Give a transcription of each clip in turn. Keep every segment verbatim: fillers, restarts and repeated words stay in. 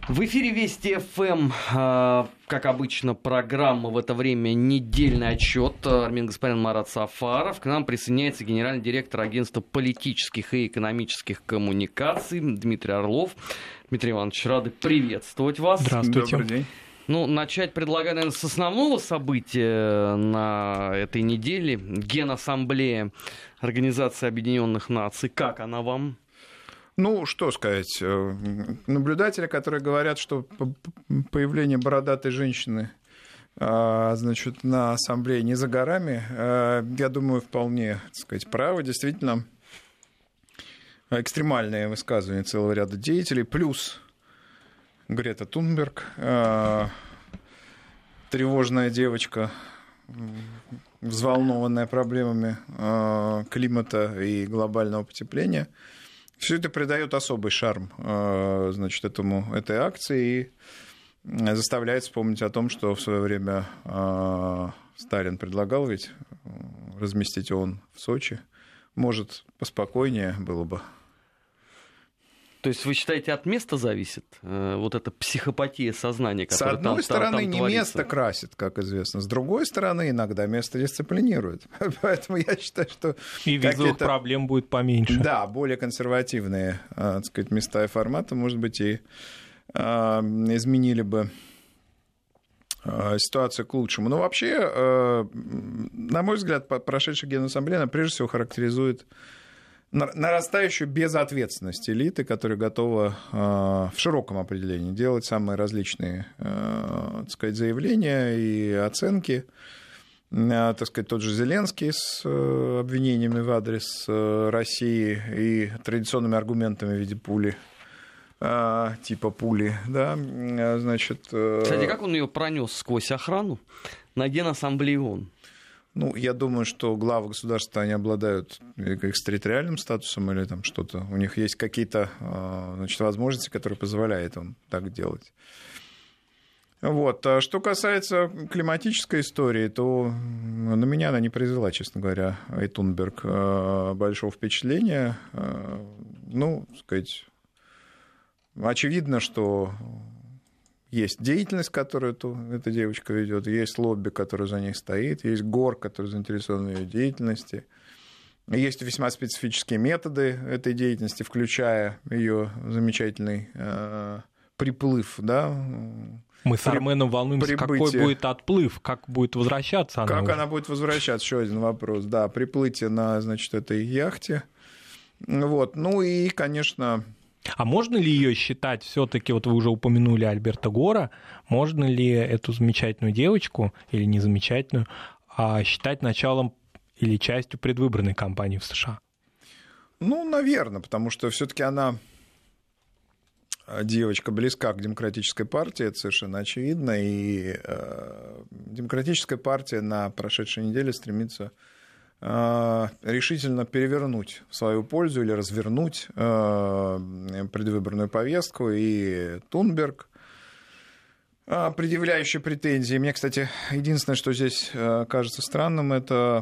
В эфире Вести ФМ, как обычно, программа в это время «Недельный отчет». Армин Гаспарян, Марат Сафаров. К нам присоединяется генеральный директор агентства политических и экономических коммуникаций Дмитрий Орлов. Дмитрий Иванович, рады приветствовать вас. Здравствуйте. Добрый день. Ну, начать предлагаю, наверное, с основного события на этой неделе. Генассамблея Организации Объединенных Наций. Как она вам? Ну, что сказать, наблюдатели, которые говорят, что появление бородатой женщины, значит, на ассамблее не за горами, я думаю, вполне, так сказать, правы. Действительно, экстремальные высказывания целого ряда деятелей, плюс Грета Тунберг, тревожная девочка, взволнованная проблемами климата и глобального потепления. Все это придает особый шарм, значит, этому, этой акции и заставляет вспомнить о том, что в свое время Сталин предлагал ведь разместить ООН в Сочи. Может, поспокойнее было бы. То есть вы считаете, от места зависит э, вот эта психопатия сознания, которая там творится? С одной стороны, не место красит, как известно. С другой стороны, иногда место дисциплинирует. Поэтому я считаю, что... И визовых проблем будет поменьше. Да, более консервативные, так сказать, места и форматы, может быть, и э, изменили бы э, ситуацию к лучшему. Но вообще, э, на мой взгляд, прошедшая Генассамблея, она прежде всего характеризует нарастающую безответственность элиты, которая готова э, в широком определении делать самые различные, э, так сказать, заявления и оценки. Э, так сказать, тот же Зеленский с э, обвинениями в адрес э, России и традиционными аргументами в виде пули, э, типа пули, да, э, значит... Э... Кстати, как он ее пронес сквозь охрану на Генассамблее ООН? Ну, я думаю, что главы государства, они обладают экстерриториальным статусом или там что-то. У них есть какие-то, значит, возможности, которые позволяют им так делать. Вот. А что касается климатической истории, то на меня она не произвела, честно говоря, и Тунберг, большого впечатления. Ну, так сказать, очевидно, что... Есть деятельность, которую эта девочка ведет, есть лобби, которое за ней стоит, есть ГОР, который заинтересован в ее деятельности, есть весьма специфические методы этой деятельности, включая ее замечательный э, приплыв, да. Мы с Арменом волнуемся, прибытие. Какой будет отплыв, как будет возвращаться она. Как уже. она будет возвращаться, еще один вопрос, да, приплытие на, значит, этой яхте, вот, ну и, конечно... А можно ли ее считать все-таки, вот вы уже упомянули Альберта Гора, можно ли эту замечательную девочку, или незамечательную, считать началом или частью предвыборной кампании в США? Ну, наверное, потому что все-таки она, девочка, близка к Демократической партии, это совершенно очевидно, и э, Демократическая партия на прошедшей неделе стремится решительно перевернуть в свою пользу или развернуть предвыборную повестку. И Тунберг, предъявляющий претензии. Мне, кстати, единственное, что здесь кажется странным, это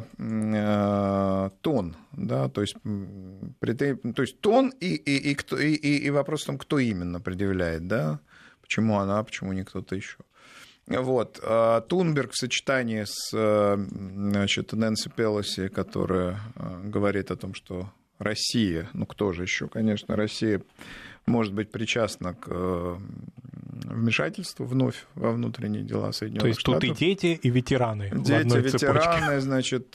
тон. Да? То есть, претен... То есть тон и, и, и, кто... и, и вопрос в том, кто именно предъявляет. Да? Почему она, почему не кто-то еще. Вот. Тунберг в сочетании с, значит, Нэнси Пелоси, которая говорит о том, что Россия, ну кто же еще, конечно, Россия может быть причастна к вмешательству вновь во внутренние дела Соединенных Штатов. То есть тут и дети, и ветераны. Дети, ветераны, значит,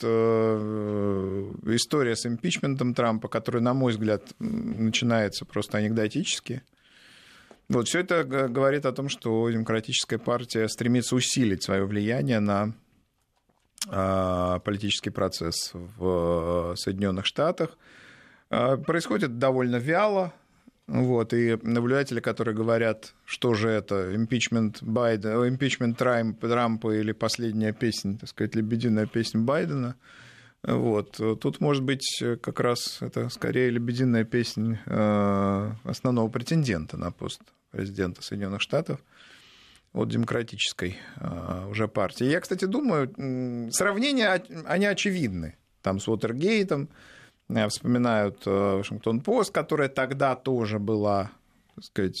история с импичментом Трампа, которая, на мой взгляд, начинается просто анекдотически. Вот, все это говорит о том, что Демократическая партия стремится усилить свое влияние на э, политический процесс в Соединенных Штатах. Э, происходит довольно вяло. Вот, и наблюдатели, которые говорят, что же это, импичмент, Байдена, импичмент Трампа или последняя песня, так сказать, лебединая песня Байдена, вот, тут, может быть, как раз это скорее лебединая песня основного претендента на пост президента Соединенных Штатов от демократической уже партии. Я, кстати, думаю, сравнения, они очевидны. Там с Уотергейтом, вспоминают Вашингтон-Пост, которая тогда тоже была, так сказать,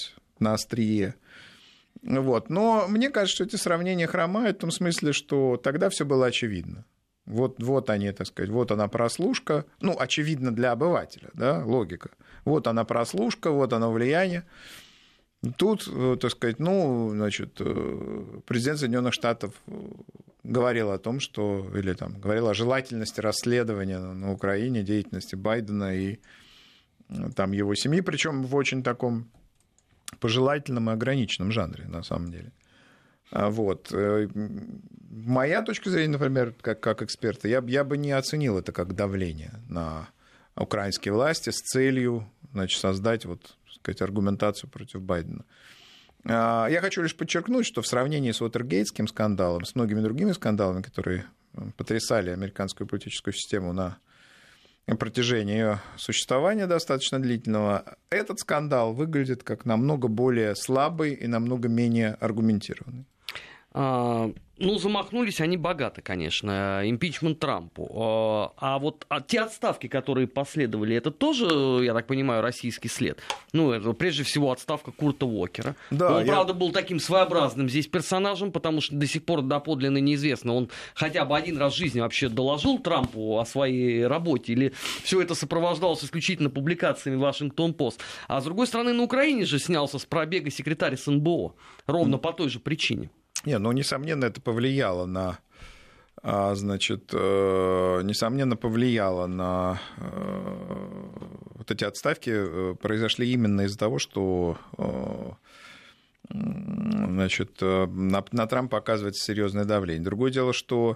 на острие. Вот. Но мне кажется, что эти сравнения хромают в том смысле, что тогда все было очевидно. Вот, вот они, так сказать, вот она прослушка, ну, очевидно для обывателя, да, логика. Вот она прослушка, вот оно влияние. Тут, так сказать, ну, значит, президент Соединенных Штатов говорил о том, что, или там, говорил о желательности расследования на Украине деятельности Байдена и там его семьи, причем в очень таком пожелательном и ограниченном жанре, на самом деле. Вот. Моя точка зрения, например, как, как эксперта, я, я бы не оценил это как давление на украинские власти с целью, значит, создать вот, так сказать, аргументацию против Байдена. Я хочу лишь подчеркнуть, что в сравнении с Уотергейтским скандалом, с многими другими скандалами, которые потрясали американскую политическую систему на протяжении ее существования достаточно длительного, этот скандал выглядит как намного более слабый и намного менее аргументированный. А, ну, замахнулись они богато, конечно, импичмент Трампу. А, а вот а те отставки, которые последовали, это тоже, я так понимаю, российский след? Ну, это прежде всего отставка Курта Уокера. Да, он, я... правда, был таким своеобразным здесь персонажем, потому что до сих пор доподлинно неизвестно, он хотя бы один раз в жизни вообще доложил Трампу о своей работе, или все это сопровождалось исключительно публикациями Вашингтон-Пост. А с другой стороны, на Украине же снялся с пробега секретарь СНБО, ровно mm. по той же причине. Не, ну, несомненно, это повлияло на, значит, несомненно, повлияло на вот эти отставки, произошли именно из-за того, что, значит, на, на Трампа оказывается серьезное давление. Другое дело, что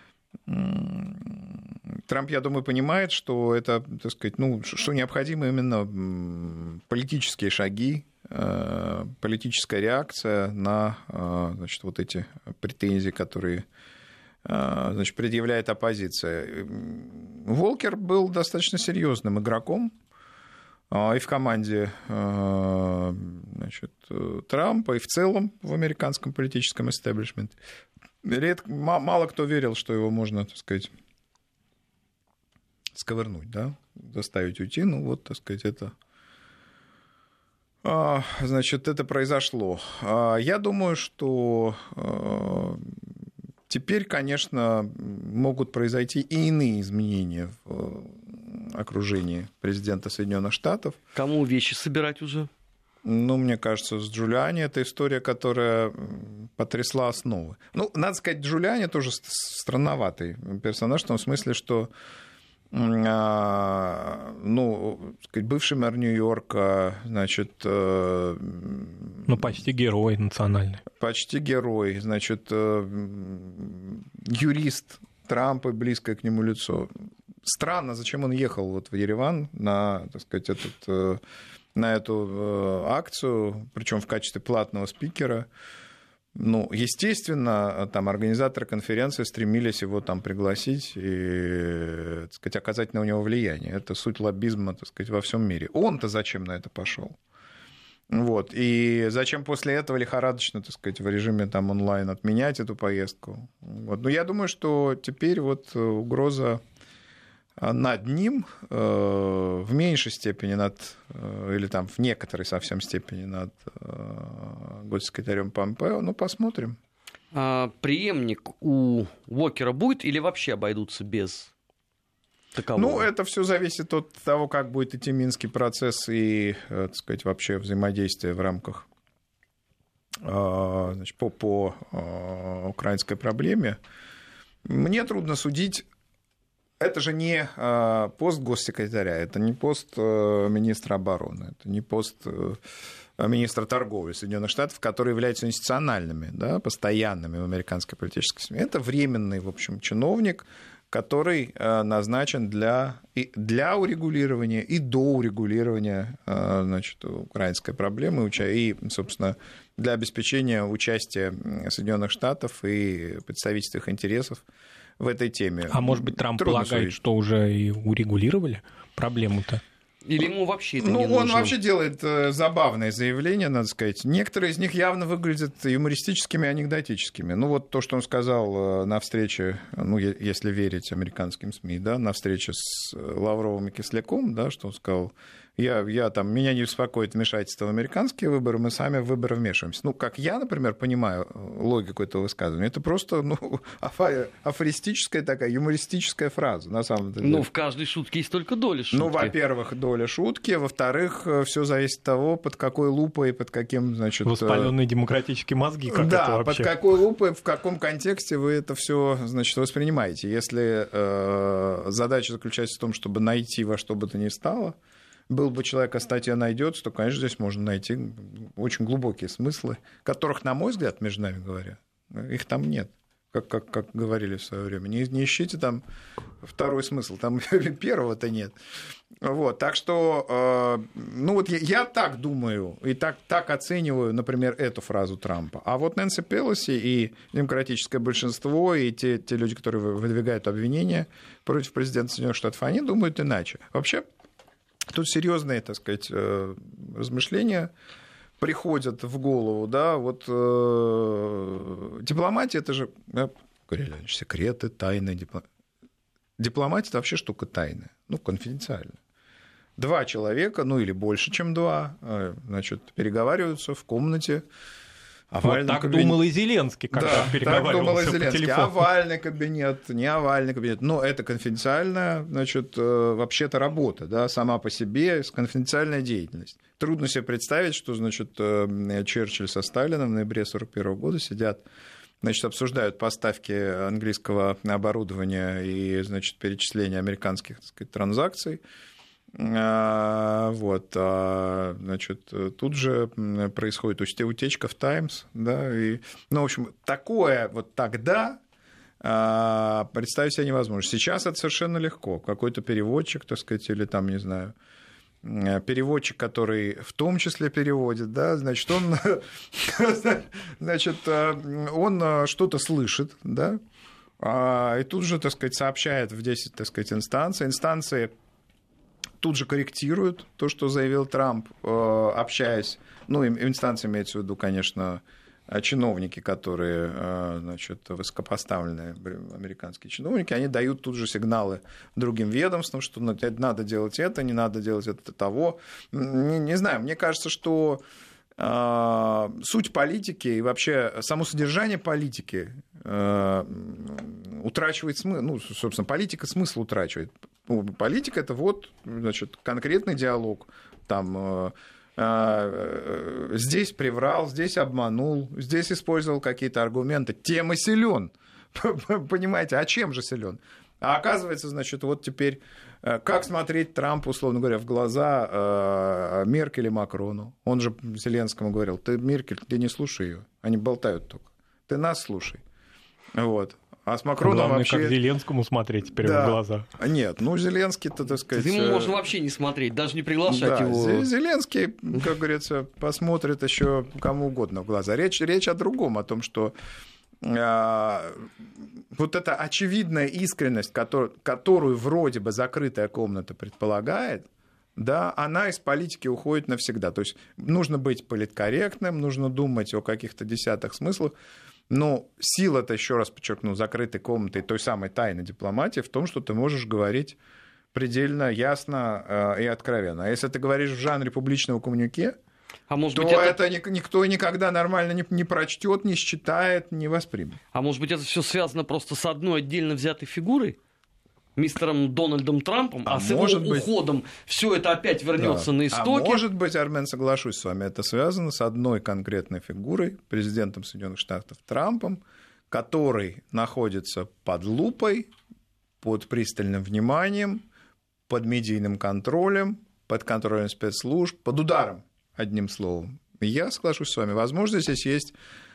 Трамп, я думаю, понимает, что это, так сказать, ну, что необходимы именно политические шаги, политическая реакция на, значит, вот эти претензии, которые, значит, предъявляет оппозиция. Волкер был достаточно серьезным игроком и в команде, значит, Трампа, и в целом в американском политическом истеблишменте. Редко, мало кто верил, что его можно, так сказать, сковырнуть, да, заставить уйти. Ну, вот, так сказать, это... Значит, это произошло. Я думаю, что теперь, конечно, могут произойти и иные изменения в окружении президента Соединенных Штатов. Кому вещи собирать уже? Ну, мне кажется, с Джулиани это история, которая потрясла основы. Ну, надо сказать, Джулиани тоже странноватый персонаж в том смысле, что ну, сказать, бывший мэр Нью-Йорка, значит... Ну, почти герой национальный. Почти герой, значит, юрист Трампа, близкое к нему лицо. Странно, зачем он ехал вот в Ереван на, так сказать, этот, на эту акцию, причем в качестве платного спикера. Ну, естественно, там организаторы конференции стремились его там пригласить и, так сказать, оказать на него влияние. Это суть лоббизма, так сказать, во всем мире. Он-то зачем на это пошел? Вот. И зачем после этого лихорадочно, так сказать, в режиме там онлайн отменять эту поездку? Вот. Но я думаю, что теперь вот угроза над ним э, в меньшей степени над, э, или там в некоторой совсем степени над э, госсекретарем Помпео. Ну, посмотрим. А преемник у Уокера будет или вообще обойдутся без такового? Ну, это все зависит от того, как будет идти Минский процесс и, э, так сказать, вообще взаимодействие в рамках э, значит, по, по э, украинской проблеме. Мне трудно судить. Это же не пост госсекретаря, это не пост министра обороны, это не пост министра торговли Соединенных Штатов, которые являются институциональными, да, постоянными в американской политической системе. Это временный, в общем, чиновник, который назначен для, и для урегулирования и до урегулирования, значит, украинской проблемы и, собственно, для обеспечения участия Соединенных Штатов и представительств их интересов в этой теме. А может быть, Трамп Трудно полагает, судить. Что уже и урегулировали проблему-то? Или ему вообще это ну, не нужно? Ну, он вообще делает забавные заявления, надо сказать. Некоторые из них явно выглядят юмористическими, анекдотическими. Ну, вот то, что он сказал на встрече, ну, если верить американским СМИ, да, на встрече с Лавровым и Кисляком, да, что он сказал: Я, я там, меня не беспокоит вмешательство в американские выборы, мы сами в выборы вмешиваемся. Ну, как я, например, понимаю логику этого высказывания, это просто ну, афористическая такая, юмористическая фраза, на самом деле. Ну, в каждой шутке есть только доля шутки. Ну, во-первых, доля шутки, во-вторых, все зависит от того, под какой лупой, под каким, значит... Воспаленные демократические мозги, как да, это вообще? под какой лупой, в каком контексте вы это все, значит, воспринимаете. Если э, задача заключается в том, чтобы найти во что бы то ни стало, был бы человек, а статья найдется, то, конечно, здесь можно найти очень глубокие смыслы, которых, на мой взгляд, между нами говоря, их там нет, как, как, как говорили в свое время. Не, не ищите там второй смысл, там первого-то нет. Вот, так что, э, ну вот я, я так думаю и так, так оцениваю, например, эту фразу Трампа. А вот Нэнси Пелоси и демократическое большинство, и те, те люди, которые выдвигают обвинения против президента Соединенных Штатов, они думают иначе. Вообще, тут серьезные, так сказать, размышления приходят в голову, да, вот э, дипломатия, это же, да, секреты, тайны, дипломатия. Дипломатия – это вообще штука тайная, ну, конфиденциальная. Два человека, ну, или больше, чем два, значит, переговариваются в комнате. Вот так кабинет. Думал и Зеленский, когда да, переговаривался так думал и по Зеленский. телефону. Овальный кабинет, не овальный кабинет. Но это конфиденциальная, значит, вообще-то работа, да, сама по себе, конфиденциальная деятельность. Трудно себе представить, что, значит, Черчилль со Сталином в ноябре сорок первого года сидят, значит, обсуждают поставки английского оборудования и, значит, перечисление американских, так сказать, транзакций. Вот, значит, тут же происходит утечка в Таймс, да, и, ну, в общем, такое вот тогда представить себе невозможно. Сейчас это совершенно легко. Какой-то переводчик, так сказать, или там, не знаю, переводчик, который в том числе переводит, да, значит, он, значит, он что-то слышит, да, и тут же, так сказать, сообщает в десять, так сказать, инстанций. Инстанции тут же корректируют то, что заявил Трамп, общаясь, ну, инстанции имеется в виду, конечно, чиновники, которые, значит, высокопоставленные американские чиновники, они дают тут же сигналы другим ведомствам, что надо делать это, не надо делать это того. Не, не знаю, мне кажется, что э, суть политики и вообще само содержание политики э, утрачивает смысл, ну, собственно, политика смысл утрачивает. Политика – это вот, значит, конкретный диалог, там, э, здесь приврал, здесь обманул, здесь использовал какие-то аргументы, тем и силен. Понимаете, а чем же силен? А оказывается, значит, вот теперь, как смотреть Трампу, условно говоря, в глаза Меркель и Макрону? Он же Зеленскому говорил: ты, Меркель, ты не слушай ее, они болтают только, ты нас слушай. Вот. А с Макроном главное, вообще... как Зеленскому смотреть теперь да. в глаза. Нет, ну Зеленский-то, так сказать... Ему можно вообще не смотреть, даже не приглашать да, его. Зеленский, как говорится, посмотрит еще кому угодно в глаза. Речь, речь о другом, о том, что э, вот эта очевидная искренность, который, которую вроде бы закрытая комната предполагает, да, она из политики уходит навсегда. То есть нужно быть политкорректным, нужно думать о каких-то десятых смыслах. Но сила-то, еще раз подчеркну, закрытой комнаты, той самой тайной дипломатии в том, что ты можешь говорить предельно ясно и откровенно. А если ты говоришь в жанре публичного коммюнике, а может то быть, это... это никто никогда нормально не, не прочтет, не считает, не воспримет. А может быть, это все связано просто с одной отдельно взятой фигурой? Мистером Дональдом Трампом, а, а с его быть... уходом все это опять вернется да. на истоки. А может быть, Армен, соглашусь с вами, это связано с одной конкретной фигурой, президентом Соединенных Штатов Трампом, который находится под лупой, под пристальным вниманием, под медийным контролем, под контролем спецслужб, под ударом, одним словом. Я соглашусь с вами, возможно, здесь есть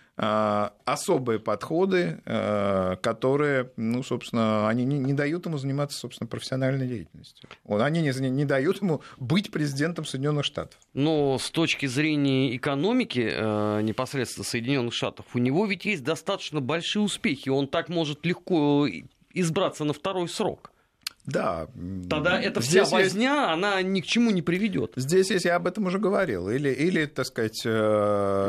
особые подходы, которые, ну, собственно, они не, не дают ему заниматься, собственно, профессиональной деятельностью. Они не, не дают ему быть президентом Соединенных Штатов. Но с точки зрения экономики непосредственно Соединенных Штатов, у него ведь есть достаточно большие успехи, он так может легко избраться на второй срок. Да. Тогда эта вся возня, есть... она ни к чему не приведет. Здесь есть, я об этом уже говорил, или, или так сказать,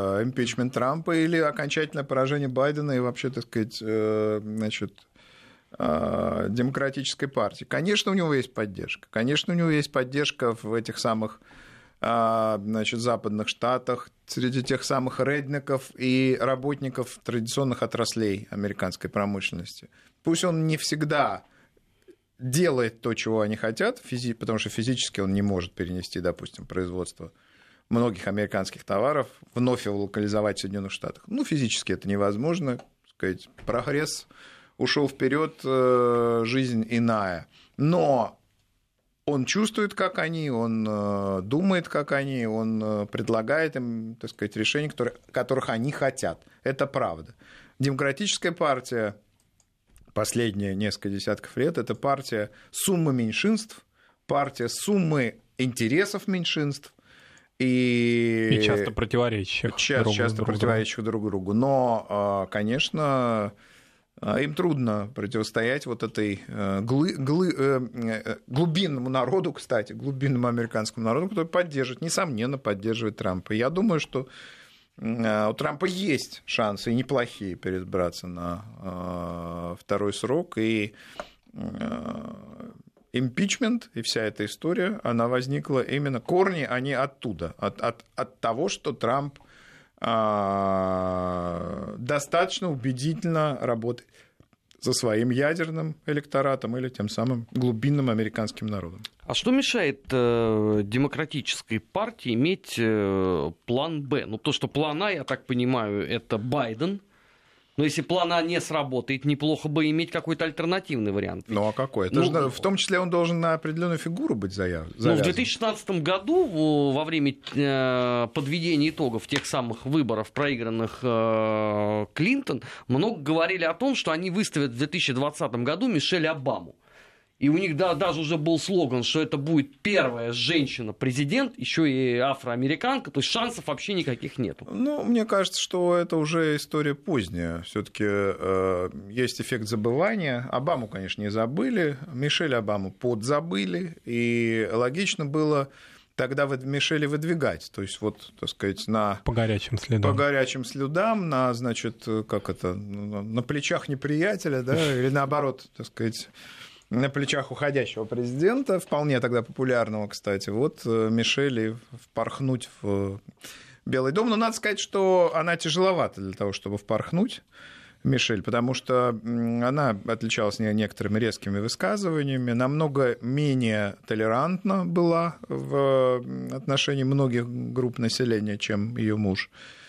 импичмент Трампа, или окончательное поражение Байдена, и вообще, так сказать, значит, Демократической партии. Конечно, у него есть поддержка. Конечно, у него есть поддержка в этих самых, значит, западных штатах, среди тех самых реднеков и работников традиционных отраслей американской промышленности. Пусть он не всегда делает то, чего они хотят, потому что физически он не может перенести, допустим, производство многих американских товаров, вновь его локализовать в Соединенных Штатах. Ну, физически это невозможно, так сказать, прогресс ушел вперед, жизнь иная. Но он чувствует, как они, он думает, как они, он предлагает им, так сказать, решения, которые, которых они хотят. Это правда. Демократическая партия последние несколько десятков лет — это партия суммы меньшинств, партия суммы интересов меньшинств. И, и часто противоречащих часто, друг часто друг противоречащих друг другу. Но, конечно, им трудно противостоять вот этой глы, глы, глубинному народу, кстати, глубинному американскому народу, который поддерживает, несомненно, поддерживает Трампа. И я думаю, что у Трампа есть шансы, и неплохие, переизбраться на второй срок. И импичмент и вся эта история, она возникла именно, корни, они оттуда, от, от, от того, что Трамп а, достаточно убедительно работает со своим ядерным электоратом или тем самым глубинным американским народом. А что мешает э, демократической партии иметь э, план «Б»? Ну, то, что план «А», я так понимаю, это Байден. Но если план А не сработает, неплохо бы иметь какой-то альтернативный вариант. Ну, а какой? Это ну, же, в том числе он должен на определенную фигуру быть завязан. Ну, в две тысячи шестнадцатом году, во время э, подведения итогов тех самых выборов, проигранных э, Клинтон, много говорили о том, что они выставят в две тысячи двадцатом году Мишель Обаму. И у них да, даже уже был слоган, что это будет первая женщина-президент, еще и афроамериканка, то есть шансов вообще никаких нет. Ну, мне кажется, что это уже история поздняя. Все-таки э, есть эффект забывания. Обаму, конечно, не забыли, Мишель Обаму подзабыли, и логично было тогда Мишеля выдвигать, то есть вот, так сказать, на... По горячим следам. По горячим следам, на, значит, как это, на плечах неприятеля, да, или наоборот, так сказать, на плечах уходящего президента, вполне тогда популярного, кстати, вот Мишель впорхнуть в Белый дом. Но надо сказать, что она тяжеловата для того, чтобы впорхнуть, Мишель, потому что она отличалась некоторыми резкими высказываниями, намного менее толерантна была в отношении многих групп населения, чем ее муж.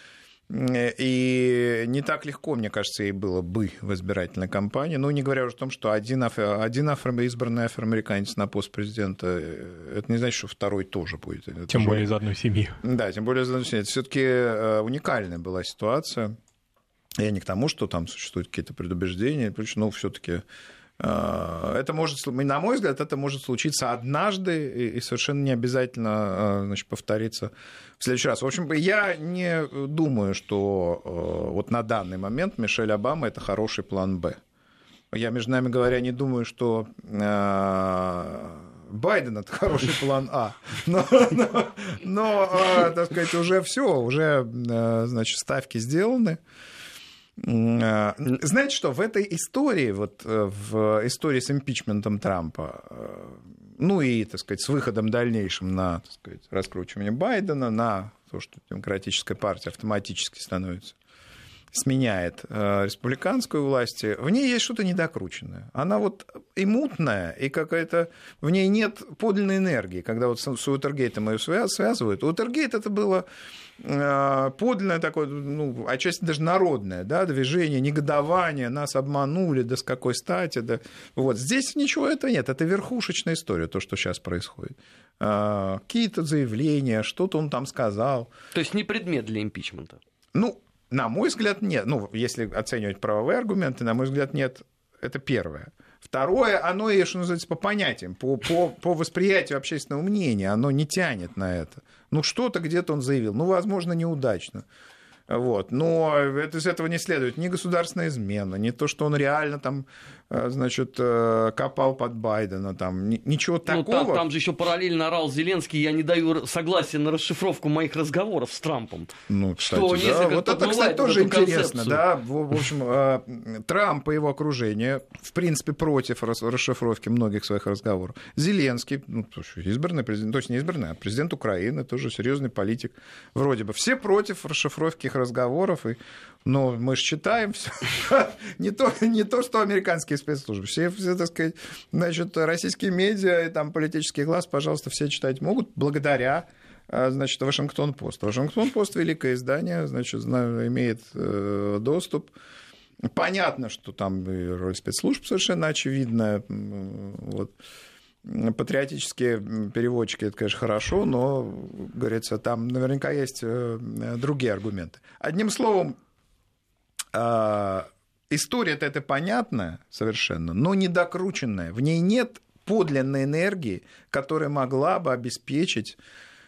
И не так легко, мне кажется, ей было бы в избирательной кампании. Ну, не говоря уже о том, что один, афро, один афро, избранный афроамериканец на пост президента, это не значит, что второй тоже будет. Это тем же... более из одной семьи. Да, тем более из одной семьи. Это все-таки уникальная была ситуация. Я не к тому, что там существуют какие-то предубеждения, но все-таки это может, на мой взгляд, это может случиться однажды и совершенно не обязательно, значит, повториться в следующий раз. В общем, я не думаю, что вот на данный момент Мишель Обама — это хороший план «Б». Я, между нами говоря, не думаю, что Байден — это хороший план А. Но, но, но так сказать, уже все, уже, значит, ставки сделаны. Знаете что, в этой истории, вот в истории с импичментом Трампа, ну и, так сказать, с выходом дальнейшим на, так сказать, раскручивание Байдена, на то, что демократическая партия автоматически становится, сменяет республиканскую власть, в ней есть что-то недокрученное. Она вот и мутная, и какая-то... В ней нет подлинной энергии. Когда вот с Уотергейтом ее связывают. Уотергейт — это было подлинное такое, ну, отчасти даже народное, да, движение, негодование, нас обманули, да с какой стати. Да. Вот. Здесь ничего этого нет. Это верхушечная история, то, что сейчас происходит. Какие-то заявления, что-то он там сказал. То есть не предмет для импичмента? Ну, на мой взгляд, нет. Ну, если оценивать правовые аргументы, на мой взгляд, нет. Это первое. Второе, оно, что называется, по понятиям, по, по, по восприятию общественного мнения, оно не тянет на это. Ну, что-то где-то он заявил. Ну, возможно, неудачно. Вот. Но это, из этого не следует ни государственная измена, ни то, что он реально там, значит, копал под Байдена, там, ничего ну, такого. Там, там же еще параллельно орал Зеленский: я не даю согласия на расшифровку моих разговоров с Трампом. Ну, кстати, что да. Вот это, кстати, тоже интересно. Да? В, в общем, Трамп и его окружение, в принципе, против расшифровки многих своих разговоров. Зеленский, ну, избранный президент, точно не избранный, а президент Украины, тоже серьезный политик, вроде бы. Все против расшифровки их разговоров, и, но мы же читаем все. не, то, не то, что американские спецслужбы. Все, все, так сказать, значит, российские медиа и там политический глаз, пожалуйста, все читать могут благодаря, значит, Вашингтон-Пост. Вашингтон-Пост — великое издание, значит, имеет доступ. Понятно, что там и роль спецслужб совершенно очевидная. Вот. Pатриотические переводчики — это, конечно, хорошо, но, говорится, там наверняка есть другие аргументы. Одним словом, история-то это понятная совершенно, но недокрученная. В ней нет подлинной энергии, которая могла бы обеспечить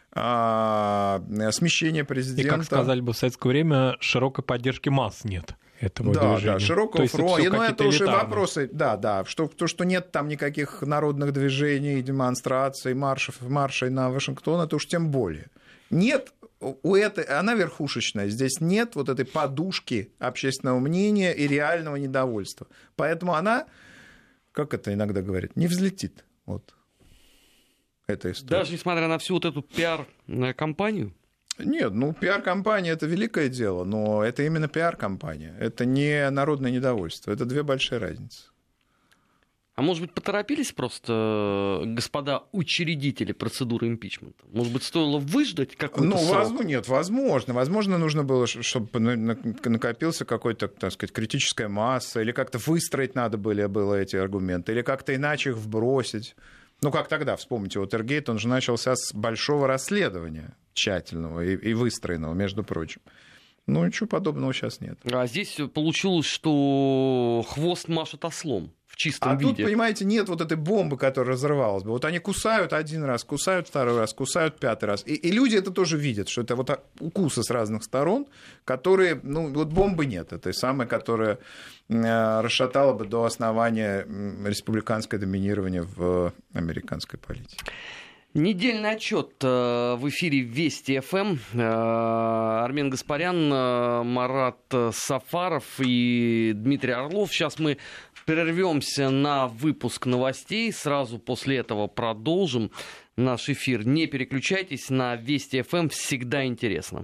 смещение президента. И, как сказали бы в советское время, широкой поддержки масс нет этого да, движения. Да, широкого фронта. Это ну, это уже элитарные вопросы. Да, да. Что, то, что нет там никаких народных движений, демонстраций, маршев, маршей на Вашингтон, это уж тем более. Нет, у этой, она верхушечная. Здесь нет вот этой подушки общественного мнения и реального недовольства. Поэтому она, как это иногда говорят, не взлетит. Вот. Эта история. Даже несмотря на всю вот эту пиар-кампанию? Нет, ну, пиар-компания — это великое дело, но это именно пиар-компания. Это не народное недовольство. Это две большие разницы. А может быть, поторопились просто господа учредители процедуры импичмента? Может быть, стоило выждать какой-то ну, срок? Ну, нет, возможно. Возможно, нужно было, чтобы накопился какой-то, так сказать, критическая масса, или как-то выстроить надо было, было эти аргументы, или как-то иначе их вбросить. Ну, как тогда, вспомните, Уотергейт, он же начался с большого расследования, тщательного и, и выстроенного, между прочим. Ну, ничего подобного сейчас нет. А здесь получилось, что хвост машет ослом в чистом а виде. А тут, понимаете, нет вот этой бомбы, которая разрывалась бы. Вот они кусают один раз, кусают второй раз, кусают пятый раз. И, и люди это тоже видят, что это вот укусы с разных сторон, которые, ну, вот бомбы нет. Это самая, которая расшатала бы до основания республиканское доминирование в американской политике. Недельный отчет в эфире Вести ФМ. Армен Гаспарян, Марат Сафаров и Дмитрий Орлов. Сейчас мы прервемся на выпуск новостей. Сразу после этого продолжим наш эфир. Не переключайтесь, на Вести ФМ всегда интересно.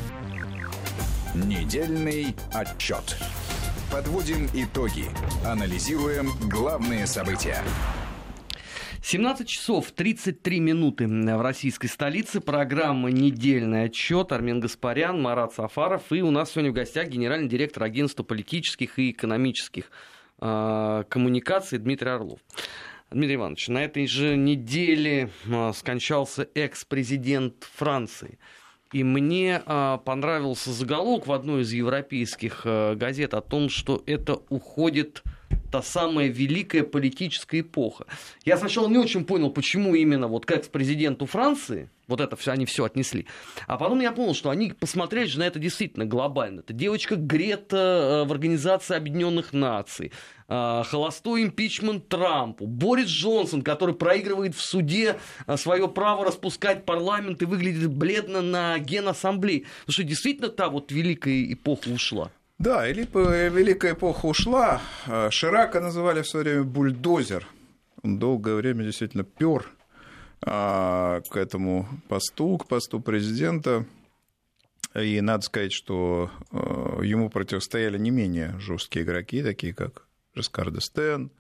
Недельный отчет. Подводим итоги. Анализируем главные события. семнадцать часов тридцать три минуты в российской столице. Программа «Недельный отчет». Армен Гаспарян, Марат Сафаров. И у нас сегодня в гостях генеральный директор агентства политических и экономических э, коммуникаций Дмитрий Орлов. Дмитрий Иванович, на этой же неделе э, скончался экс-президент Франции. И мне э, понравился заголовок в одной из европейских э, газет о том, что это уходит та самая великая политическая эпоха. Я сначала не очень понял, почему именно вот к экс-президенту Франции вот это все, они все отнесли. А потом я понял, что они посмотрели же на это действительно глобально. Это девочка Грета в Организации Объединенных Наций, холостой импичмент Трампу, Борис Джонсон, который проигрывает в суде свое право распускать парламент и выглядит бледно на Генассамблее. Потому что действительно та вот великая эпоха ушла. Да, великая эпоха ушла. Ширака называли в свое время бульдозер. Он долгое время действительно пёр к этому посту, к посту президента. И надо сказать, что ему противостояли не менее жесткие игроки, такие как Жискар d'Естен,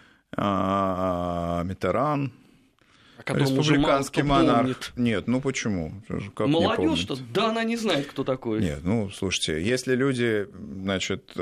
Миттеран, республиканский монарх. Нет, ну почему? Как молодежь что? Да, она не знает, кто такой. Нет, ну слушайте, если люди, значит,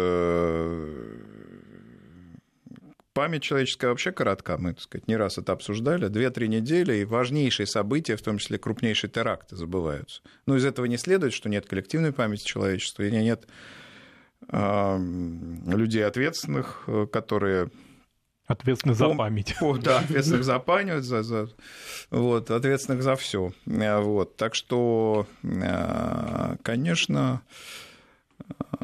память человеческая вообще коротка, мы, так сказать, не раз это обсуждали, две-три недели, и важнейшие события, в том числе крупнейшие теракты, забываются. Но из этого не следует, что нет коллективной памяти человечества, и нет э, людей ответственных, которые... Ответственных за память. О, да, ответственных за память, за, за, вот, ответственных за все. Вот. Так что, конечно,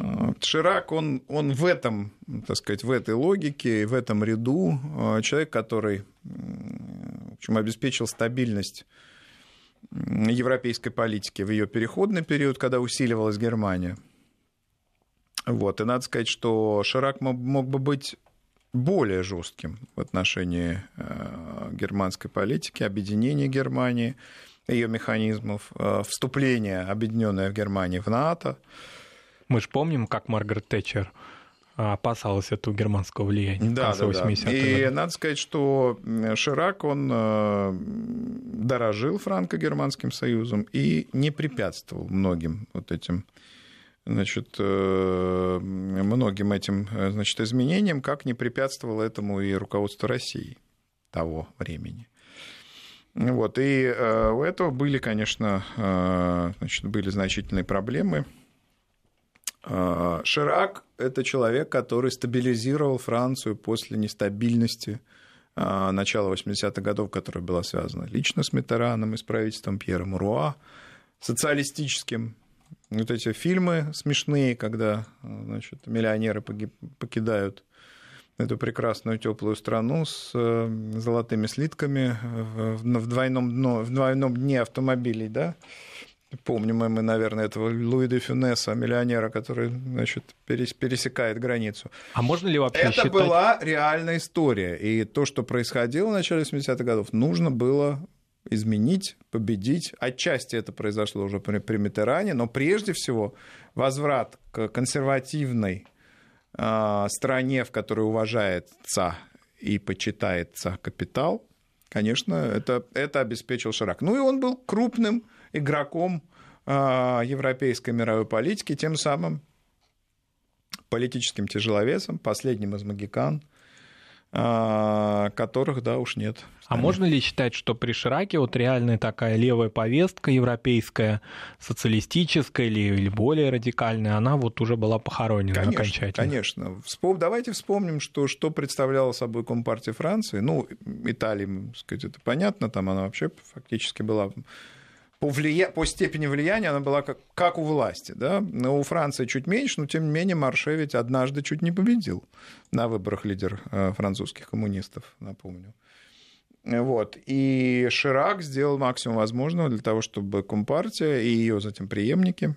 Ширак, он, он в этом, так сказать, в этой логике, в этом ряду человек, который, в общем, обеспечил стабильность европейской политики в ее переходный период, когда усиливалась Германия. Вот. И надо сказать, что Ширак мог, мог бы быть более жестким в отношении германской политики, объединения Германии, ее механизмов, вступления объединенной в Германии в НАТО. Мы же помним, как Маргарет Тэтчер опасалась этого германского влияния да, в конце да, восьмидесятых да. И годов. надо сказать, что Ширак, он дорожил франко-германским союзом и не препятствовал многим вот этим, значит, многим этим, значит, изменениям, как не препятствовало этому и руководство России того времени. Вот. И у этого были, конечно, значит, были значительные проблемы. Ширак – это человек, который стабилизировал Францию после нестабильности начала восьмидесятых годов, которая была связана лично с Миттераном и с правительством Пьера Муруа, социалистическим. Вот эти фильмы смешные, когда, значит, миллионеры покидают эту прекрасную теплую страну с золотыми слитками в двойном, дно, в двойном дне автомобилей, да? Помним мы, наверное, этого Луи де Фюнеса, миллионера, который, значит, пересекает границу. А можно ли вообще Это считать... была реальная история. И то, что происходило в начале восьмидесятых годов, нужно было изменить, победить. Отчасти это произошло уже при, при Миттеране, но прежде всего возврат к консервативной э, стране, в которой уважается и почитается капитал, конечно, это, это обеспечил Ширак. Ну и он был крупным игроком европейской мировой политики, тем самым политическим тяжеловесом, последним из могикан, которых, да, уж нет. А можно ли считать, что при Шираке вот реальная такая левая повестка европейская, социалистическая или, или более радикальная, она вот уже была похоронена конечно, окончательно? Конечно. Вспом... Давайте вспомним, что, что представляла собой Компартия Франции. Ну, Италии, так сказать, это понятно, там она вообще фактически была... По, влия... по степени влияния она была как, как у власти, да? Но у Франции чуть меньше, но тем не менее Марше ведь однажды чуть не победил на выборах, лидер французских коммунистов, напомню. Вот. И Ширак сделал максимум возможного для того, чтобы Компартия и ее затем преемники,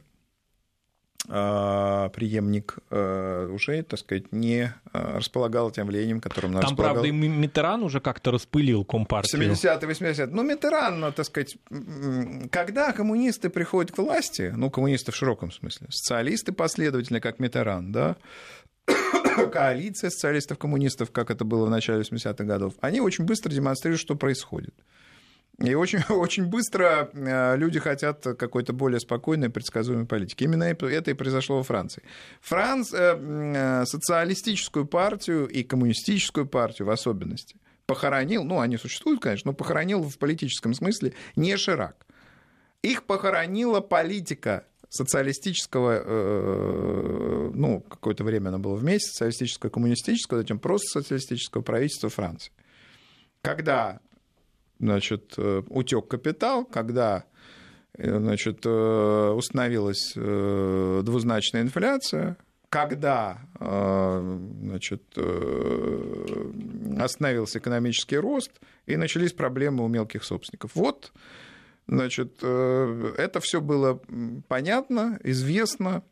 преемник уже, так сказать, не располагал тем влиянием, которым она Там, располагала. правда, и Миттеран уже как-то распылил Компартию. семидесятые, восьмидесятые. Ну, Миттеран, так сказать, когда коммунисты приходят к власти, ну, коммунисты в широком смысле, социалисты последовательно, как Миттеран, да, коалиция социалистов-коммунистов, как это было в начале восьмидесятых годов, они очень быстро демонстрируют, что происходит. И очень, очень быстро люди хотят какой-то более спокойной, предсказуемой политики. Именно это и произошло во Франции. Франция социалистическую партию и коммунистическую партию в особенности похоронил, ну, они существуют, конечно, но похоронил в политическом смысле не Ширак. Их похоронила политика социалистического, ну, какое-то время она была вместе, социалистического, коммунистического, затем просто социалистического правительства Франции. Когда, значит, утек капитал, когда, значит, установилась двузначная инфляция, когда, значит, остановился экономический рост и начались проблемы у мелких собственников. Вот, значит, это все было понятно, известно,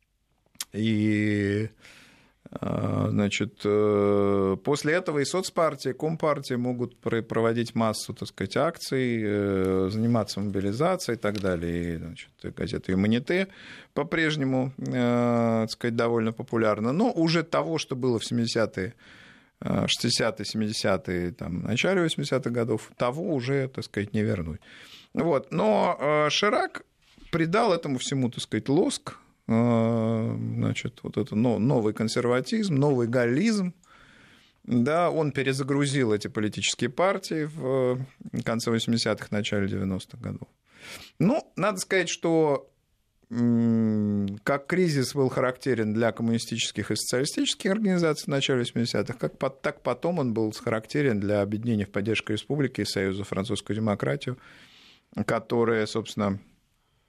и, значит, после этого и соцпартия, и компартия могут проводить массу, так сказать, акций, заниматься мобилизацией и так далее. И, значит, газета «Юманите» по-прежнему, так сказать, довольно популярна. Но уже того, что было в семидесятые, шестидесятые, семидесятые, там, в начале восьмидесятых годов, того уже, так сказать, не вернуть. Вот. Но Ширак придал этому всему, так сказать, лоск, значит, вот это новый консерватизм, новый галлизм. Да, он перезагрузил эти политические партии в конце восьмидесятых, начале девяностых годов. Ну, надо сказать, что как кризис был характерен для коммунистических и социалистических организаций в начале восьмидесятых, как, так потом он был характерен для объединения в поддержку республики и Союза французскую демократию, которые, собственно,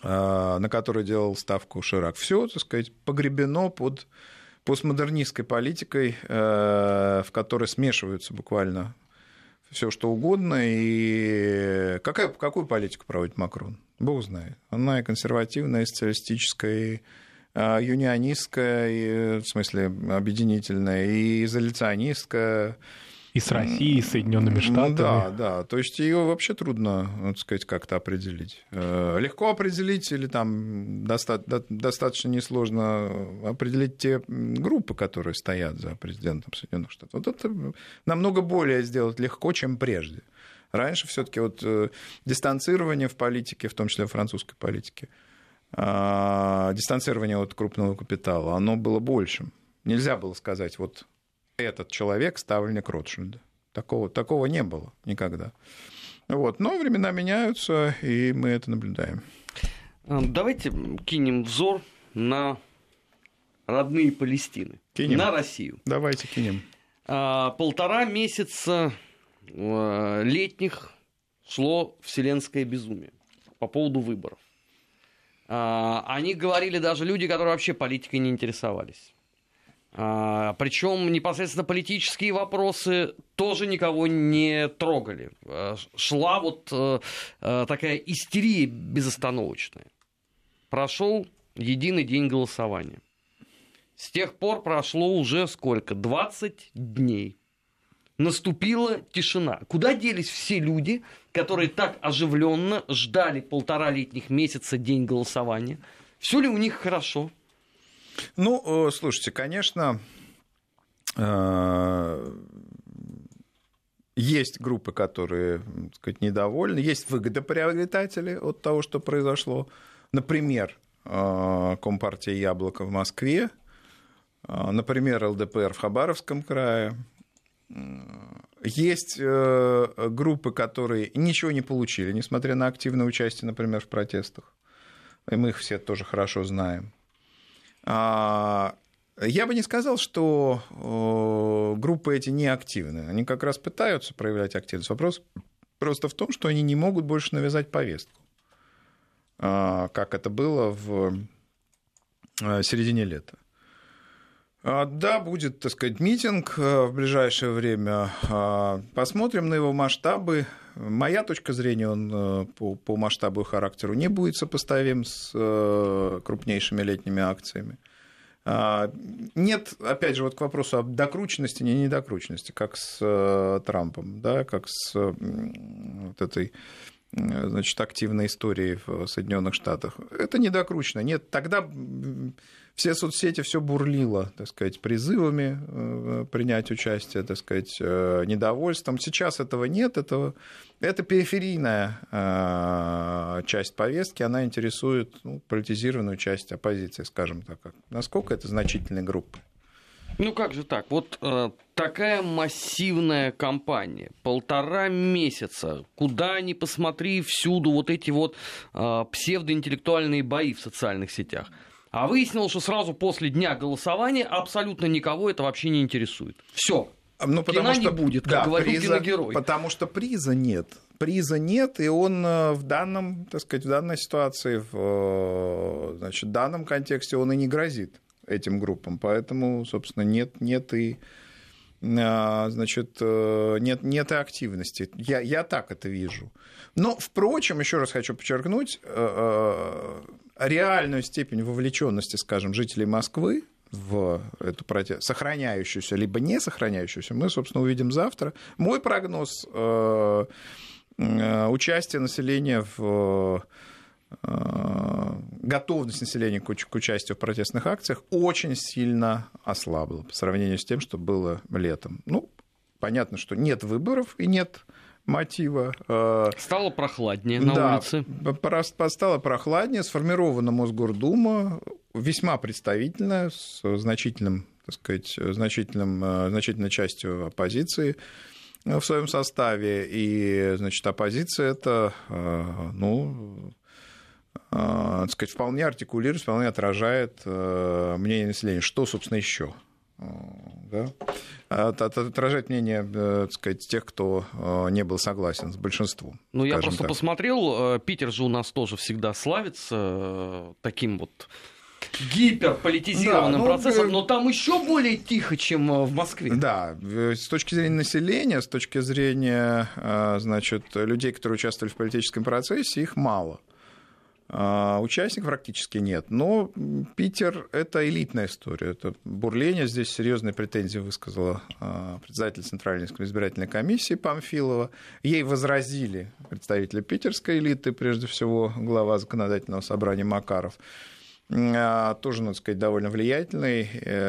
на который делал ставку Ширак. Все, так сказать, погребено под постмодернистской политикой, в которой смешиваются буквально все что угодно. И какая, какую политику проводит Макрон? Бог знает. Она и консервативная, и социалистическая, и юнионистская, и, в смысле объединительная, и изоляционистская. И с Россией, и с Соединенными Штатами. Да, да. То есть ее вообще трудно, так сказать, как-то определить. Легко определить или там доста- достаточно несложно определить те группы, которые стоят за президентом Соединенных Штатов. Вот это намного более сделать легко, чем прежде. Раньше все-таки вот дистанцирование в политике, в том числе в французской политике, дистанцирование от крупного капитала, оно было большим. Нельзя было сказать, вот этот человек ставленник Ротшильда. Такого, такого не было никогда. Вот. Но времена меняются, и мы это наблюдаем. Давайте кинем взор на родные Палестины, кинем. На Россию. Давайте кинем. А, полтора месяца летних шло вселенское безумие по поводу выборов. А, они говорили даже люди, которые вообще политикой не интересовались. А, причем непосредственно политические вопросы тоже никого не трогали. А, шла вот а, такая истерия безостановочная. Прошел единый день голосования. С тех пор прошло уже сколько? двадцать дней. Наступила тишина. Куда делись все люди, которые так оживленно ждали полтора летних месяца день голосования? Все ли у них хорошо? Ну, слушайте, конечно, есть группы, которые, так сказать, недовольны, есть выгодоприобретатели от того, что произошло. Например, Компартия «Яблоко» в Москве, например, эл дэ пэ эр в Хабаровском крае. Есть группы, которые ничего не получили, несмотря на активное участие, например, в протестах. И мы их все тоже хорошо знаем. Я бы не сказал, что группы эти неактивны. Они как раз пытаются проявлять активность. Вопрос просто в том, что они не могут больше навязать повестку, как это было в середине лета. Да, будет, так сказать, митинг в ближайшее время. Посмотрим на его масштабы. Моя точка зрения, он по, по масштабу и характеру не будет сопоставим с крупнейшими летними акциями. Нет, опять же, вот к вопросу об докрученности, не недокрученности, как с Трампом, да, как с вот этой, значит, активной историей в Соединенных Штатах. Это недокручено. Нет, тогда все соцсети все бурлило, так сказать, призывами принять участие, так сказать, недовольством. Сейчас этого нет, этого... это периферийная часть повестки, она интересует, ну, политизированную часть оппозиции, скажем так. Насколько это значительная группа? Ну как же так? Вот э, такая массивная кампания, полтора месяца, куда ни посмотри, всюду вот эти вот э, псевдоинтеллектуальные бои в социальных сетях. А выяснилось, что сразу после дня голосования абсолютно никого это вообще не интересует. Все. Ну, потому Кино что, не будет, как да, говорил приза, киногерой. Потому что приза нет. Приза нет, и он в данном, так сказать, в данной ситуации, в, значит, в данном контексте он и не грозит этим группам. Поэтому, собственно, нет, нет и, значит, нет, нет и активности. Я, я так это вижу. Но, впрочем, еще раз хочу подчеркнуть, реальную степень вовлеченности, скажем, жителей Москвы в эту протест, сохраняющуюся либо не сохраняющуюся, мы, собственно, увидим завтра. Мой прогноз – участие населения в готовность населения к участию в протестных акциях очень сильно ослабла по сравнению с тем, что было летом. Ну, понятно, что нет выборов и нет мотива. Стало прохладнее на да, улице. Стало прохладнее, сформирована Мосгордума, весьма представительная, с значительным, так сказать, значительным, значительной частью оппозиции в своем составе. И, значит, оппозиция это, ну, так сказать, вполне артикулирует, вполне отражает мнение населения. Что, собственно, еще да, отражать мнение, так сказать, тех, кто не был согласен с большинством. Ну, я просто так. посмотрел, Питер же у нас тоже всегда славится таким вот гиперполитизированным да, ну, процессом, но там еще более тихо, чем в Москве. Да, с точки зрения населения, с точки зрения, значит, людей, которые участвовали в политическом процессе, их мало. Участников практически нет. Но Питер – это элитная история. Это бурление. Здесь серьезные претензии высказала председатель Центральной избирательной комиссии Памфилова. Ей возразили представители питерской элиты, прежде всего глава законодательного собрания Макаров. Тоже, надо сказать, довольно влиятельный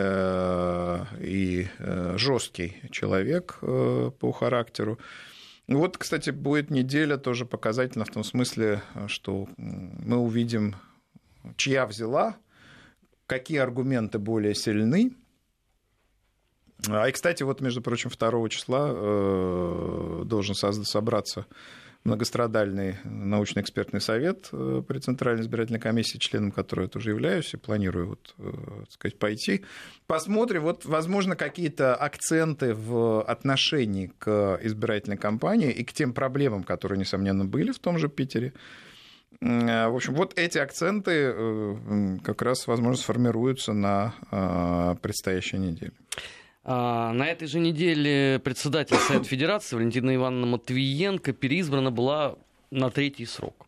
и жесткий человек по характеру. Вот, кстати, будет неделя тоже показательна в том смысле, что мы увидим, чья взяла, какие аргументы более сильны. А, и, кстати, вот, между прочим, второго числа должен собраться многострадальный научно-экспертный совет при Центральной избирательной комиссии, членом которой я тоже являюсь, и планирую вот, так сказать, пойти. Посмотрим, вот, возможно, какие-то акценты в отношении к избирательной кампании и к тем проблемам, которые, несомненно, были в том же Питере. В общем, вот эти акценты как раз, возможно, сформируются на предстоящей неделе. На этой же неделе председатель Совета Федерации Валентина Ивановна Матвиенко переизбрана была на третий срок.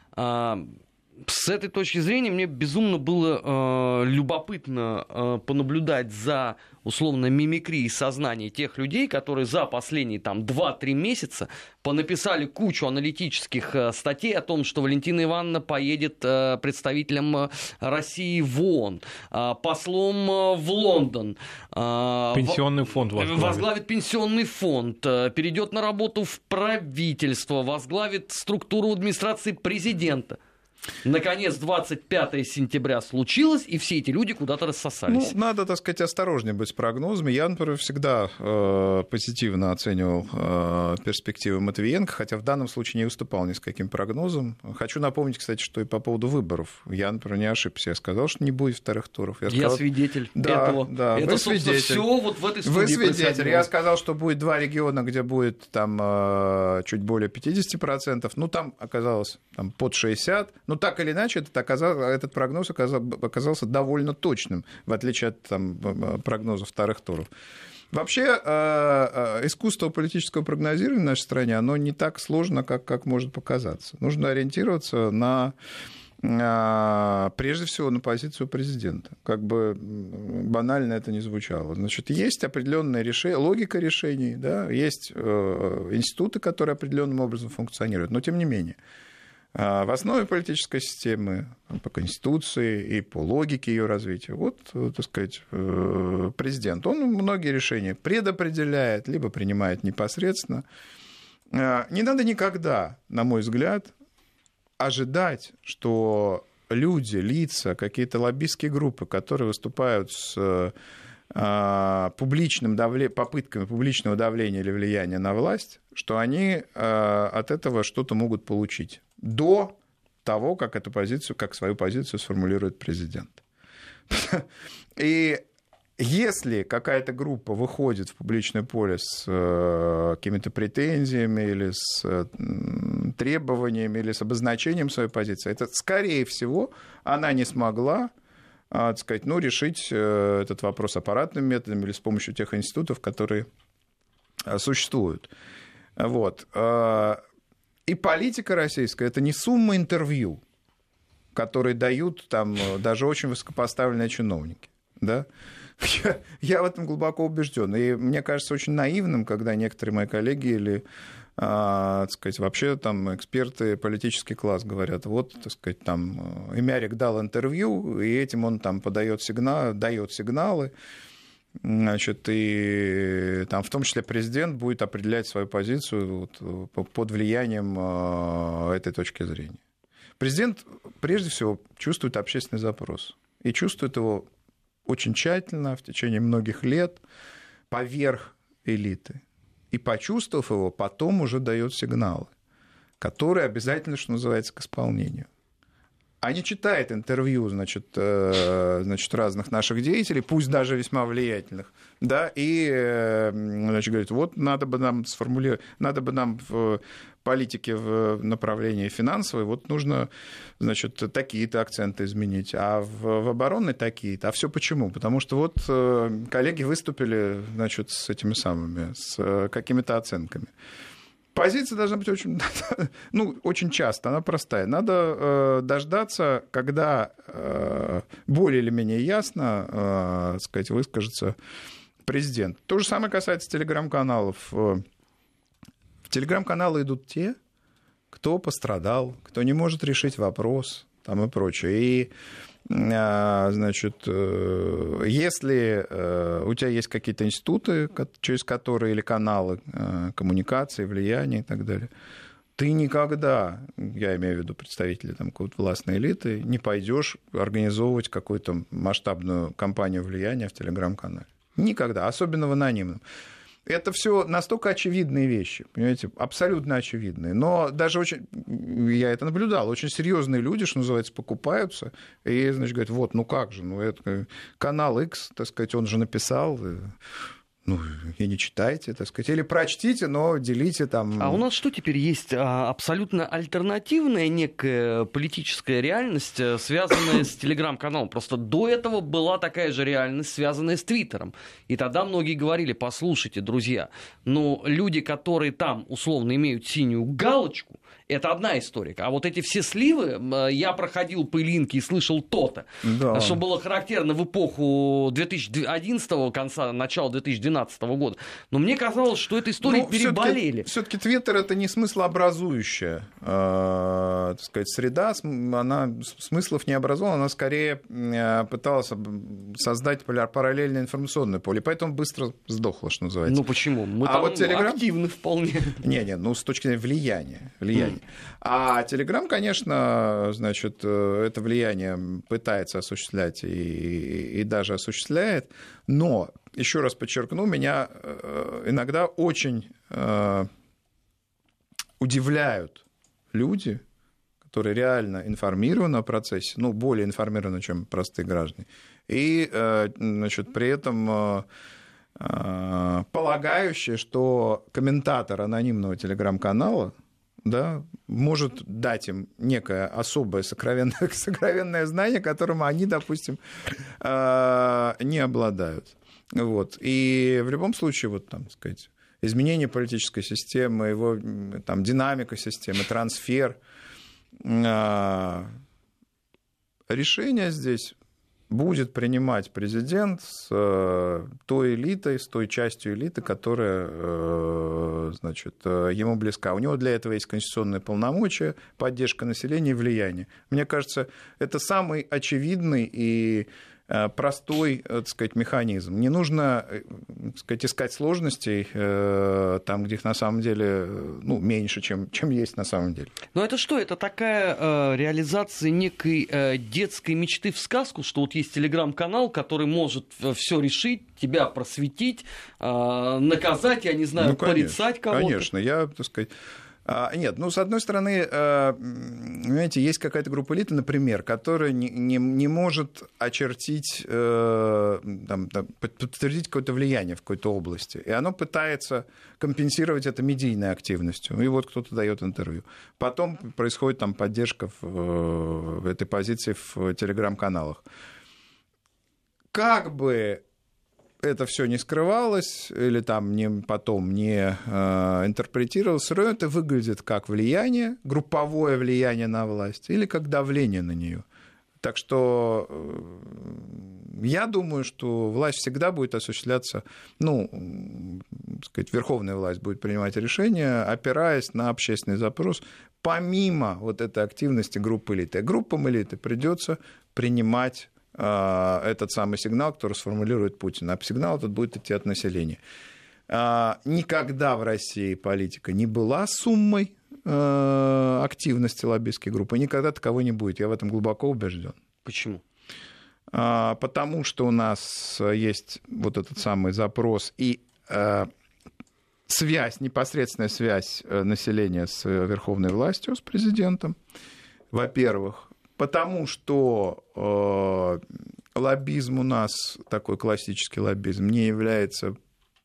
С этой точки зрения мне безумно было любопытно понаблюдать за условно мимикрией сознания тех людей, которые за последние там, два-три месяца понаписали кучу аналитических статей о том, что Валентина Ивановна поедет представителем России в ООН, послом в Лондон. Пенсионный фонд возглавит. Возглавит пенсионный фонд, перейдет на работу в правительство, возглавит структуру администрации президента. Наконец, двадцать пятого сентября случилось, и все эти люди куда-то рассосались. Ну, надо, так сказать, осторожнее быть с прогнозами. Я, например, всегда э, позитивно оценивал э, перспективы Матвиенко, хотя в данном случае не выступал ни с каким прогнозом. Хочу напомнить, кстати, что и по поводу выборов. Я, например, не ошибся. Я сказал, что не будет вторых туров. Я, сказал... Я свидетель да, этого. Да, это, вы собственно, свидетель. все вот в этой студии Вы свидетель. Я сказал, что будет два региона, где будет там э, чуть более пятьдесят процентов. Ну, там оказалось там, под шестьдесят процентов. Ну, так или иначе, этот, оказал, этот прогноз оказался довольно точным, в отличие от там, прогнозов вторых туров. Вообще, искусство политического прогнозирования в нашей стране, оно не так сложно, как, как может показаться. Нужно ориентироваться на, прежде всего, на позицию президента. Как бы банально это ни звучало. Значит, есть определенная решение, логика решений, да, есть институты, которые определенным образом функционируют, но тем не менее. В основе политической системы, по Конституции и по логике ее развития, вот, так сказать, президент, он многие решения предопределяет, либо принимает непосредственно. Не надо никогда, на мой взгляд, ожидать, что люди, лица, какие-то лоббистские группы, которые выступают с публичным давле... попытками публичного давления или влияния на власть, что они от этого что-то могут получить до того, как эту позицию, как свою позицию сформулирует президент. И если какая-то группа выходит в публичное поле с какими-то претензиями или с требованиями или с обозначением своей позиции, это, скорее всего, она не смогла, так сказать, ну, решить этот вопрос аппаратным методом или с помощью тех институтов, которые существуют. Вот. И политика российская – это не сумма интервью, которые дают там даже очень высокопоставленные чиновники. Да? Я, я в этом глубоко убежден. И мне кажется очень наивным, когда некоторые мои коллеги или, а, так сказать, вообще там эксперты, политический класс говорят, вот, так сказать, там Имярик дал интервью, и этим он там подает сигнал, дает сигналы. Значит, и там, в том числе президент будет определять свою позицию вот, под влиянием этой точки зрения. Президент, прежде всего, чувствует общественный запрос. И чувствует его очень тщательно, в течение многих лет, поверх элиты. И, почувствовав его, потом уже дает сигналы, которые обязательно, что называется, к исполнению. а не читает интервью, значит, э, значит, разных наших деятелей, пусть даже весьма влиятельных, да, и, э, значит, говорит, вот надо бы нам сформулировать, надо бы нам в политике в направлении финансовой, вот нужно, значит, такие-то акценты изменить, а в, в оборонной такие-то. А все почему? Потому что вот э, коллеги выступили, значит, с этими самыми, с э, какими-то оценками. Позиция должна быть очень, ну, очень часто, она простая. Надо э, дождаться, когда э, более или менее ясно, э, так сказать, выскажется президент. То же самое касается телеграм-каналов. В телеграм-каналы идут те, кто пострадал, кто не может решить вопрос, там и прочее. И, значит, если у тебя есть какие-то институты, через которые, или каналы коммуникации, влияния и так далее, ты никогда, я имею в виду представителей там, какой-то властной элиты, не пойдешь организовывать какую-то масштабную кампанию влияния в телеграм-канале. Никогда, особенно в анонимном. Это все настолько очевидные вещи, понимаете, абсолютно очевидные. Но даже очень, я это наблюдал, очень серьезные люди, что называется, покупаются и, значит, говорят, вот, ну как же, ну это канал X, так сказать, он же написал, ну, и не читайте, так сказать, или прочтите, но делите там. А у нас что теперь есть? Абсолютно альтернативная некая политическая реальность, связанная с телеграм-каналом. Просто до этого была такая же реальность, связанная с Твиттером. И тогда многие говорили, послушайте, друзья, ну, люди, которые там условно имеют синюю галочку, это одна история. А вот эти все сливы, я проходил пылинки и слышал то-то, да. Что было характерно в эпоху две тысячи одиннадцатого, конца, начала две тысячи двенадцатого года. Но мне казалось, что эта история ну, переболели. Все-таки Твиттер — это не смыслообразующая, э, так сказать, среда, она смыслов не образовала, она скорее пыталась создать параллельное информационное поле, поэтому быстро сдохла, что называется. Ну почему? Мы а там вот Telegram... активны вполне. Не-не, ну с точки зрения влияния. влияния. Mm. А Telegram, конечно, значит, это влияние пытается осуществлять и, и даже осуществляет, но, еще раз подчеркну, меня иногда очень э, удивляют люди, которые реально информированы о процессе, ну, более информированы, чем простые граждане, и, э, значит, при этом э, э, полагающие, что комментатор анонимного телеграм-канала, да, может дать им некое особое сокровенное, сокровенное знание, которым они, допустим, не обладают. Вот. И в любом случае, вот, там, так сказать, изменение политической системы, его там, динамика системы, трансфер, решение здесь будет принимать президент с той элитой, с той частью элиты, которая, значит, ему близка. У него для этого есть конституционные полномочия, поддержка населения и влияние. Мне кажется, это самый очевидный и простой, так сказать, механизм. Не нужно, так сказать, искать сложностей там, где их на самом деле ну, меньше, чем, чем есть на самом деле. Но это что? Это такая э, реализация некой э, детской мечты в сказку, что вот есть телеграм-канал, который может все решить, тебя просветить, э, наказать, я не знаю, ну, порицать кого-то. Конечно, я, так сказать... Нет, ну, с одной стороны, знаете, есть какая-то группа элиты, например, которая не, не, не может очертить, там, подтвердить какое-то влияние в какой-то области, и оно пытается компенсировать это медийной активностью, и вот кто-то дает интервью. Потом происходит там поддержка в, в этой позиции в телеграм-каналах. Как бы это все не скрывалось или там не, потом не э, интерпретировалось, все равно это выглядит как влияние, групповое влияние на власть или как давление на нее. Так что э, я думаю, что власть всегда будет осуществляться, ну, так сказать, верховная власть будет принимать решения, опираясь на общественный запрос, помимо вот этой активности группы элиты. Группам элиты придется принимать этот самый сигнал, который сформулирует Путин. А сигнал этот будет идти от населения. Никогда в России политика не была суммой активности лоббистских групп, и никогда таковой не будет. Я в этом глубоко убежден. Почему? Потому что у нас есть вот этот самый запрос и связь, непосредственная связь населения с верховной властью, с президентом, во-первых. потому что э, лоббизм у нас, такой классический лоббизм, не является э,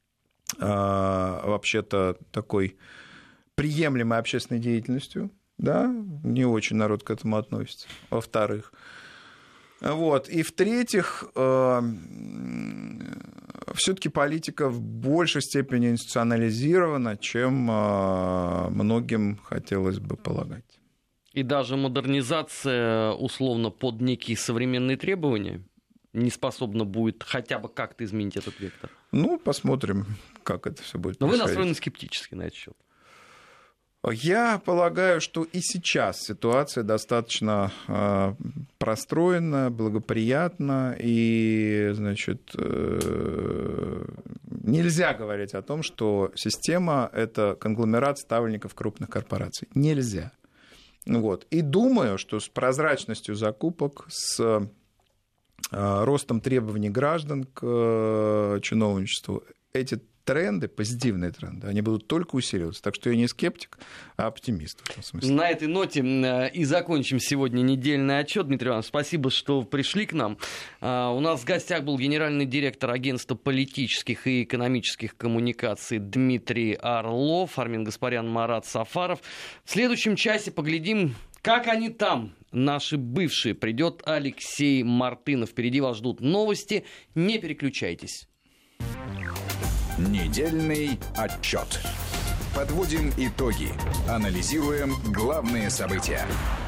вообще-то такой приемлемой общественной деятельностью, да, не очень народ к этому относится, во-вторых. Вот. И в-третьих, э, все-таки политика в большей степени институционализирована, чем э, многим хотелось бы полагать. И даже модернизация, условно, под некие современные требования не способна будет хотя бы как-то изменить этот вектор? Ну, посмотрим, как это все будет. Но вы настроены скептически на этот счет. Я полагаю, что и сейчас ситуация достаточно э, простроена, благоприятна, и, значит, э, нельзя говорить о том, что система — это конгломерат ставленников крупных корпораций. Нельзя. Вот. И думаю, что с прозрачностью закупок, с э, ростом требований граждан к э, чиновничеству, эти тренды, позитивные тренды, они будут только усиливаться. Так что я не скептик, а оптимист в этом смысле. На этой ноте и закончим сегодня недельный отчет. Дмитрий Иванович, спасибо, что пришли к нам. У нас в гостях был генеральный директор агентства политических и экономических коммуникаций Дмитрий Орлов, Армин Гаспарян, Марат Сафаров. В следующем часе поглядим, как они там, наши бывшие. Придет Алексей Мартынов. Впереди вас ждут новости. Не переключайтесь. Недельный отчет. Подводим итоги. Анализируем главные события.